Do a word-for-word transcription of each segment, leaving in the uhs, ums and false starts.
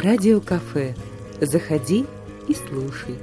Радиокафе. Заходи и слушай.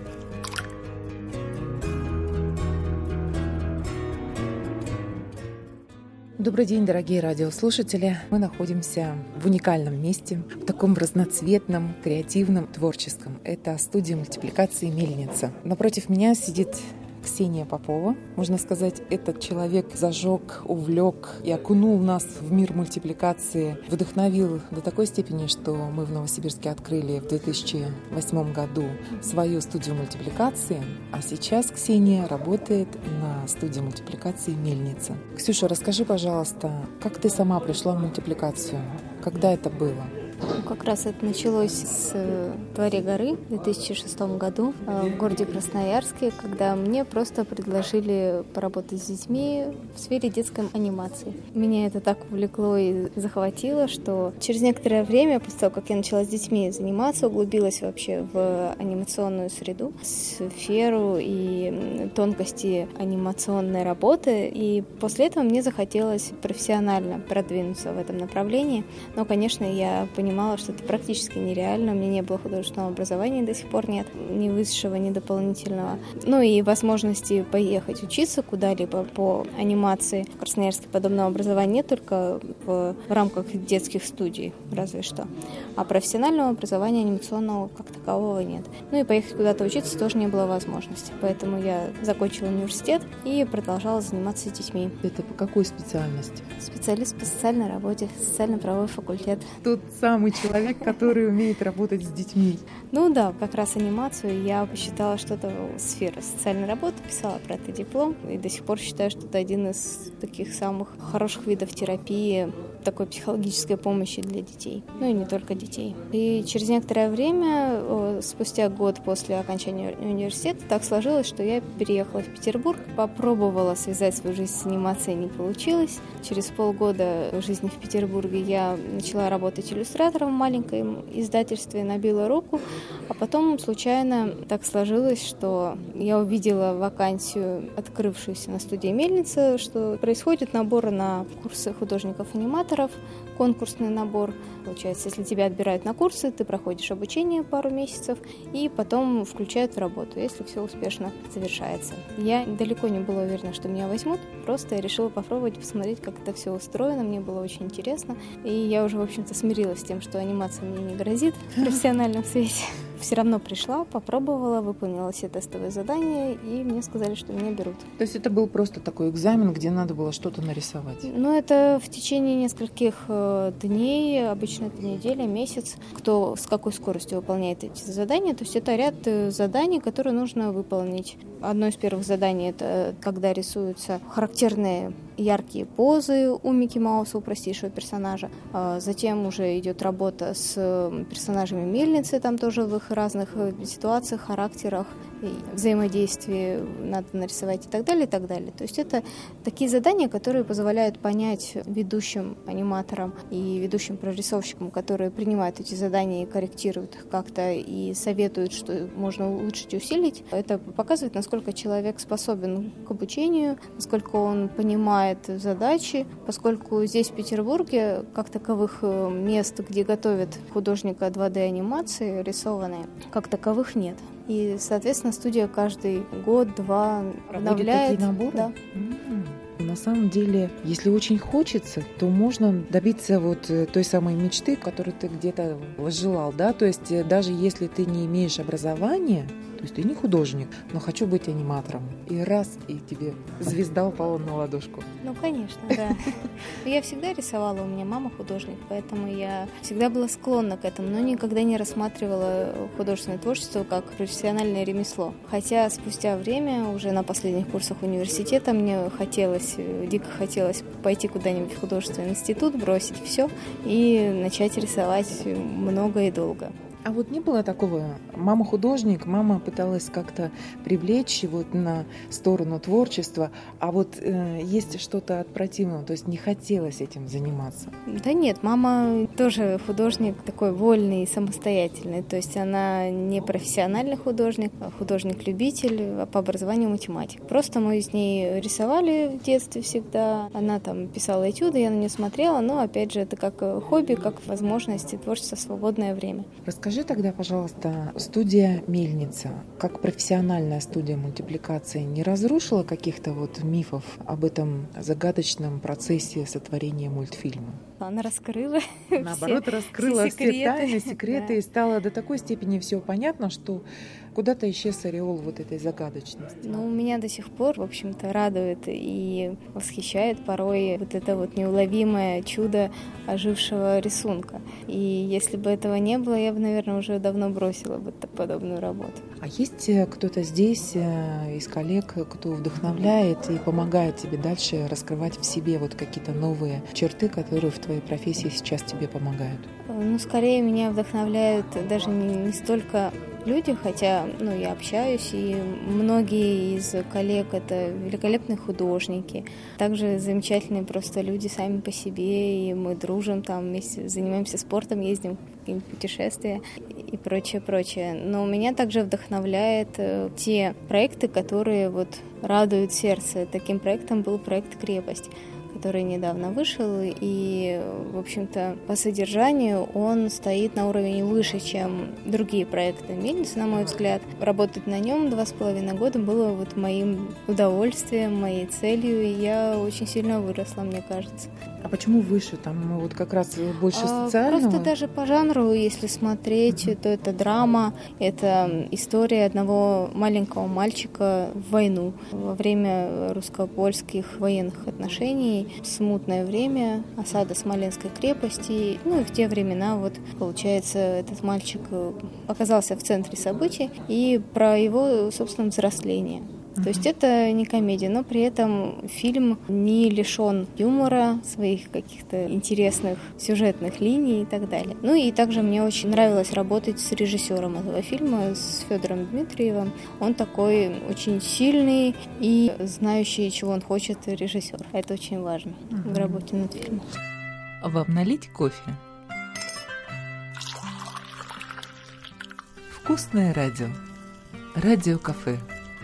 Добрый день, дорогие радиослушатели. Мы находимся в уникальном месте, в таком разноцветном, креативном, творческом. Это студия мультипликации «Мельница». Напротив меня сидит Ксения Попова. Можно сказать, этот человек зажег, увлек и окунул нас в мир мультипликации, вдохновил до такой степени, что мы в Новосибирске открыли в две тысячи восьмом году свою студию мультипликации, а сейчас Ксения работает на студии мультипликации «Мельница». Ксюша, расскажи, пожалуйста, как ты сама пришла в мультипликацию? Когда это было? Как раз это началось с «Дворе горы» в две тысячи шестом году в городе Красноярске, когда мне просто предложили поработать с детьми в сфере детской анимации. Меня это так увлекло и захватило, что через некоторое время, после того, как я начала с детьми заниматься, углубилась вообще в анимационную среду, сферу и тонкости анимационной работы. И после этого мне захотелось профессионально продвинуться в этом направлении. Но, конечно, я понимала, понимала, что это практически нереально. У меня не было художественного образования, до сих пор нет, ни высшего, ни дополнительного. Ну и возможности поехать учиться куда-либо по анимации. В Красноярске подобного образования нет, только в, в рамках детских студий, разве что. А профессионального образования анимационного как такового нет. Ну и поехать куда-то учиться тоже не было возможности. Поэтому я закончила университет и продолжала заниматься с детьми. Это по какой специальности? Специалист по социальной работе, социально-правовой факультет. Тот самый человек, который умеет работать с детьми. Ну да, как раз анимацию я посчитала, что это сфера социальной работы, писала про это диплом, и до сих пор считаю, что это один из таких самых хороших видов терапии, такой психологической помощи для детей, ну и не только детей. И через некоторое время, спустя год после окончания университета, так сложилось, что я переехала в Петербург, попробовала связать свою жизнь с анимацией, не получилось. Через полгода жизни в Петербурге я начала работать иллюстратором в маленьком издательстве, набила руку, а потом случайно так сложилось, что я увидела вакансию, открывшуюся на студии «Мельница», что происходит набор на курсы художников-аниматоров, конкурсный набор. Получается, если тебя отбирают на курсы, ты проходишь обучение пару месяцев и потом включают в работу, если все успешно завершается. Я далеко не была уверена, что меня возьмут, просто я решила попробовать, посмотреть, как это все устроено, мне было очень интересно. И я уже, в общем-то, смирилась с тем, что анимация мне не грозит в профессиональном свете. Все равно пришла, попробовала, выполнила все тестовые задания, и мне сказали, что меня берут. То есть это был просто такой экзамен, где надо было что-то нарисовать? Ну, это в течение нескольких дней, обычно это неделя, месяц, кто с какой скоростью выполняет эти задания. То есть это ряд заданий, которые нужно выполнить. Одно из первых заданий – это когда рисуются характерные яркие позы у Микки Мауса, у простейшего персонажа. Затем уже идет работа с персонажами Мельницы, там тоже в их разных ситуациях, характерах, взаимодействии надо нарисовать и так далее, и так далее. То есть это такие задания, которые позволяют понять ведущим аниматорам и ведущим прорисовщикам, которые принимают эти задания и корректируют их как-то и советуют, что можно улучшить и усилить. Это показывает, насколько человек способен к обучению, насколько он понимает задачи, поскольку здесь, в Петербурге, как таковых мест, где готовят художника два дэ-анимации рисованные, как таковых нет. И, соответственно, студия каждый год-два обновляет. Такие наборы? Да. Mm-hmm. На самом деле, если очень хочется, то можно добиться вот той самой мечты, которую ты где-то возжелал, да, то есть даже если ты не имеешь образования, то есть ты не художник, но хочу быть аниматором. И раз, и тебе звезда упала на ладошку. Ну, конечно, да. Я всегда рисовала, у меня мама художник, поэтому я всегда была склонна к этому, но никогда не рассматривала художественное творчество как профессиональное ремесло. Хотя спустя время, уже на последних курсах университета, мне хотелось, дико хотелось пойти куда-нибудь в художественный институт, бросить все и начать рисовать много и долго. А вот не было такого, мама художник, мама пыталась как-то привлечь вот на сторону творчества, а вот э, есть что-то от противного, то есть не хотелось этим заниматься? Да нет, мама тоже художник такой вольный, самостоятельный, то есть она не профессиональный художник, а художник-любитель, а по образованию математик. Просто мы с ней рисовали в детстве всегда, она там писала этюды, я на нее смотрела, но опять же это как хобби, как возможность творчества в свободное время. Расскажи, Скажи тогда, пожалуйста, студия «Мельница», как профессиональная студия мультипликации, не разрушила каких-то вот мифов об этом загадочном процессе сотворения мультфильма? Она раскрыла Наоборот, все, раскрыла все, все тайны, секреты, да. и стало до такой степени все понятно, что куда-то исчез ореол вот этой загадочности. Ну, меня до сих пор, в общем-то, радует и восхищает порой вот это вот неуловимое чудо ожившего рисунка. И если бы этого не было, я бы, наверное, уже давно бросила бы подобную работу. А есть кто-то здесь из коллег, кто вдохновляет и помогает тебе дальше раскрывать в себе вот какие-то новые черты, которые в твоей профессии сейчас тебе помогают? Ну, скорее меня вдохновляют даже не, не столько люди, хотя ну, я общаюсь, и многие из коллег — это великолепные художники, также замечательные просто люди сами по себе, и мы дружим там вместе, занимаемся спортом, ездим в какие-нибудь путешествия и прочее, прочее. Но меня также вдохновляют те проекты, которые вот радуют сердце. Таким проектом был проект «Крепость», который недавно вышел, и, в общем-то, по содержанию он стоит на уровне выше, чем другие проекты «Мельницы», на мой взгляд. Работать на нем два с половиной года было вот моим удовольствием, моей целью, и я очень сильно выросла, мне кажется. А почему выше? Там вот как раз больше а, социального? Просто даже по жанру, если смотреть, mm-hmm. то это драма, это история одного маленького мальчика в войну во время русско-польских военных отношений. Смутное время, осада Смоленской крепости. Ну и в те времена, вот, получается, этот мальчик оказался в центре событий, и про его, собственно, взросление. То есть это не комедия, но при этом фильм не лишен юмора, своих каких-то интересных сюжетных линий и так далее. Ну и также мне очень нравилось работать с режиссером этого фильма, с Федором Дмитриевым. Он такой очень сильный и знающий, чего он хочет, режиссер. Это очень важно в работе над фильмом. Вам налить кофе? Вкусное радио. Радиокафе.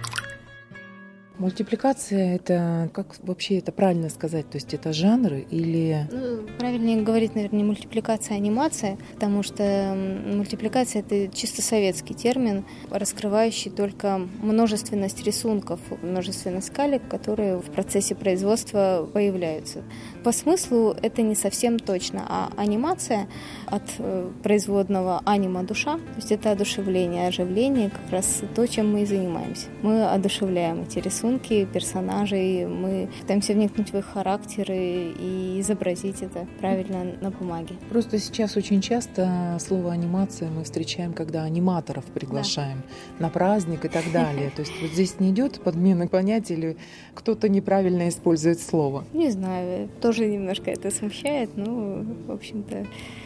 Мультипликация — это, как вообще это правильно сказать, то есть это жанры или... Ну, правильнее говорить, наверное, не мультипликация, а анимация, потому что мультипликация — это чисто советский термин, раскрывающий только множественность рисунков, множественность скалек, которые в процессе производства появляются. По смыслу это не совсем точно, а анимация от производного анима душа, то есть это одушевление, оживление, как раз то, чем мы и занимаемся. Мы одушевляем эти рисунки, персонажей, мы пытаемся вникнуть в их характеры и изобразить это правильно на бумаге. Просто сейчас очень часто слово анимация мы встречаем, когда аниматоров приглашаем да. на праздник и так далее. То есть вот здесь не идет подмена понятий или кто-то неправильно использует слово? Не знаю, тоже немножко это смущает, но, в общем-то...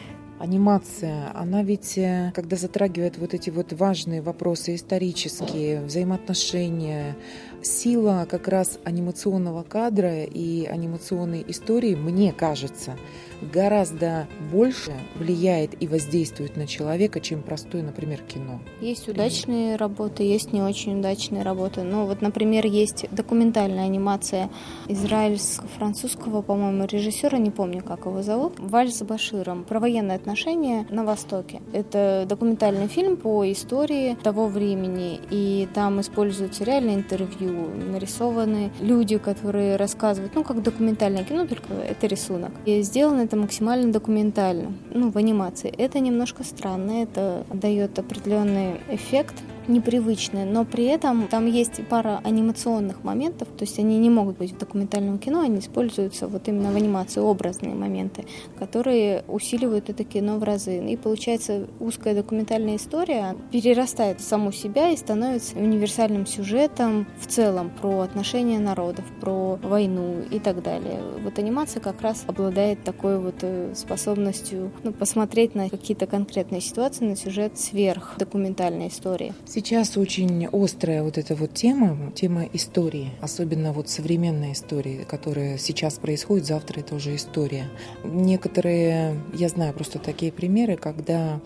Анимация, она ведь, когда затрагивает вот эти вот важные вопросы исторические, взаимоотношения, сила как раз анимационного кадра и анимационной истории, мне кажется, гораздо больше влияет и воздействует на человека, чем простое, например, кино. Есть удачные работы, есть не очень удачные работы. Ну, вот, например, есть документальная анимация израильско-французского, по-моему, режиссера, не помню, как его зовут, «Вальс с Баширом», про военные отношения на Востоке. Это документальный фильм по истории того времени, и там используются реальные интервью, нарисованы люди, которые рассказывают, ну, как документальное кино, только это рисунок. И сделано это максимально документально, ну, в анимации. Это немножко странно, это дает определенный эффект непривычный, но при этом там есть пара анимационных моментов, то есть они не могут быть в документальном кино, они используются вот именно в анимации, образные моменты, которые усиливают это кино в разы. И получается, узкая документальная история перерастает в саму себя и становится универсальным сюжетом в целом про отношения народов, про войну и так далее. Вот анимация как раз обладает такой вот способностью, ну, посмотреть на какие-то конкретные ситуации, на сюжет сверх документальной истории. Сейчас очень острая вот эта вот тема, тема истории, особенно вот современной истории, которая сейчас происходит, завтра это уже история. Некоторые, я знаю просто такие примеры, когда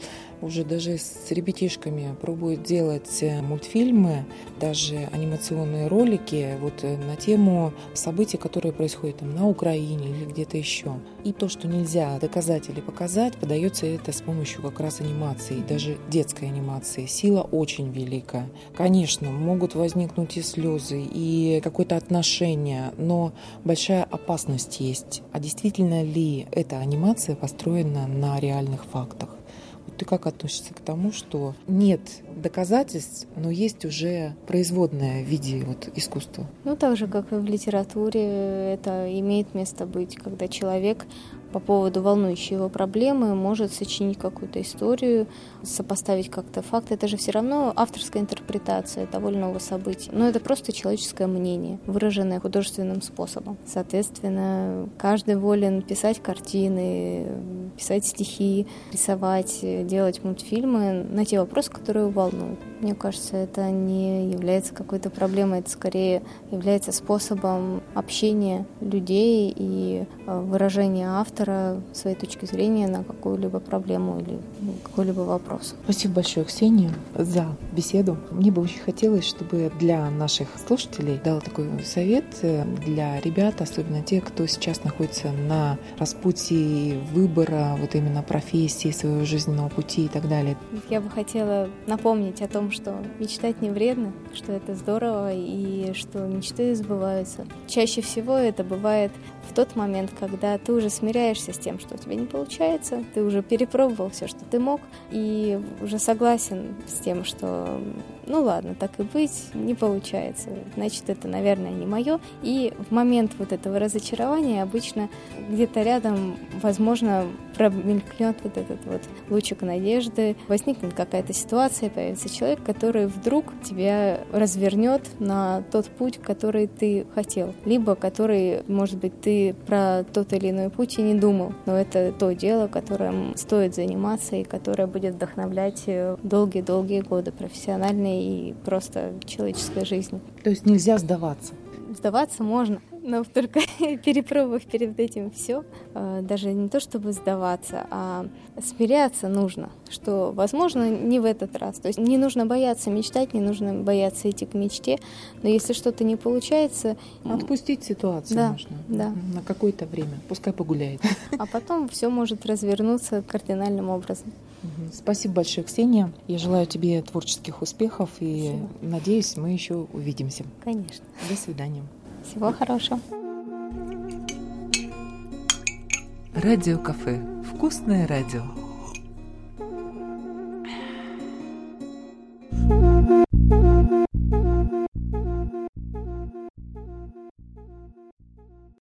уже даже с ребятишками пробуют делать мультфильмы, даже анимационные ролики вот на тему событий, которые происходят там на Украине или где-то еще. И то, что нельзя доказать или показать, подается это с помощью как раз анимации, даже детской анимации. Сила очень великая. Конечно, могут возникнуть и слезы, и какое-то отношение, но большая опасность есть. А действительно ли эта анимация построена на реальных фактах? Вот ты как относишься к тому, что нет доказательств, но есть уже производное в виде вот искусства? Ну, так же, как и в литературе, это имеет место быть, когда человек по поводу волнующей его проблемы может сочинить какую-то историю, сопоставить как-то факты. Это же все равно авторская интерпретация того или иного события. Но это просто человеческое мнение, выраженное художественным способом. Соответственно, каждый волен писать картины, писать стихи, рисовать, делать мультфильмы на те вопросы, которые его волнуют. Мне кажется, это не является какой-то проблемой, это скорее является способом общения людей и выражения автора своей точки зрения на какую-либо проблему или какой-либо вопрос. Спасибо большое, Ксения, за беседу. Мне бы очень хотелось, чтобы для наших слушателей дала такой совет для ребят, особенно тех, кто сейчас находится на распутье выбора вот именно профессии, своего жизненного пути и так далее. Я бы хотела напомнить о том, что мечтать не вредно, что это здорово и что мечты сбываются. Чаще всего это бывает в тот момент, когда ты уже смиряешься с тем, что у тебя не получается, ты уже перепробовал все, что ты мог, и уже согласен с тем, что ну ладно, так и быть, не получается, значит, это, наверное, не мое. И в момент вот этого разочарования обычно где-то рядом, возможно, промелькнет вот этот вот лучик надежды, возникнет какая-то ситуация, появится человек, который вдруг тебя развернет на тот путь, который ты хотел, либо который, может быть, ты про тот или иной путь и не думал, но это то дело, которым стоит заниматься и которое будет вдохновлять долгие-долгие годы профессиональной и просто человеческой жизни. То есть нельзя сдаваться? Сдаваться можно, но только перепробовав перед этим все, даже не то чтобы сдаваться, а смиряться нужно, что, возможно, не в этот раз. То есть не нужно бояться мечтать, не нужно бояться идти к мечте, но если что-то не получается... Отпустить ситуацию да, можно да. на какое-то время, пускай погуляет. А потом все может развернуться кардинальным образом. Спасибо большое, Ксения. Я желаю тебе творческих успехов и Спасибо. Надеюсь, мы еще увидимся. Конечно. До свидания. Всего хорошего. Радио Кафе. Вкусное радио.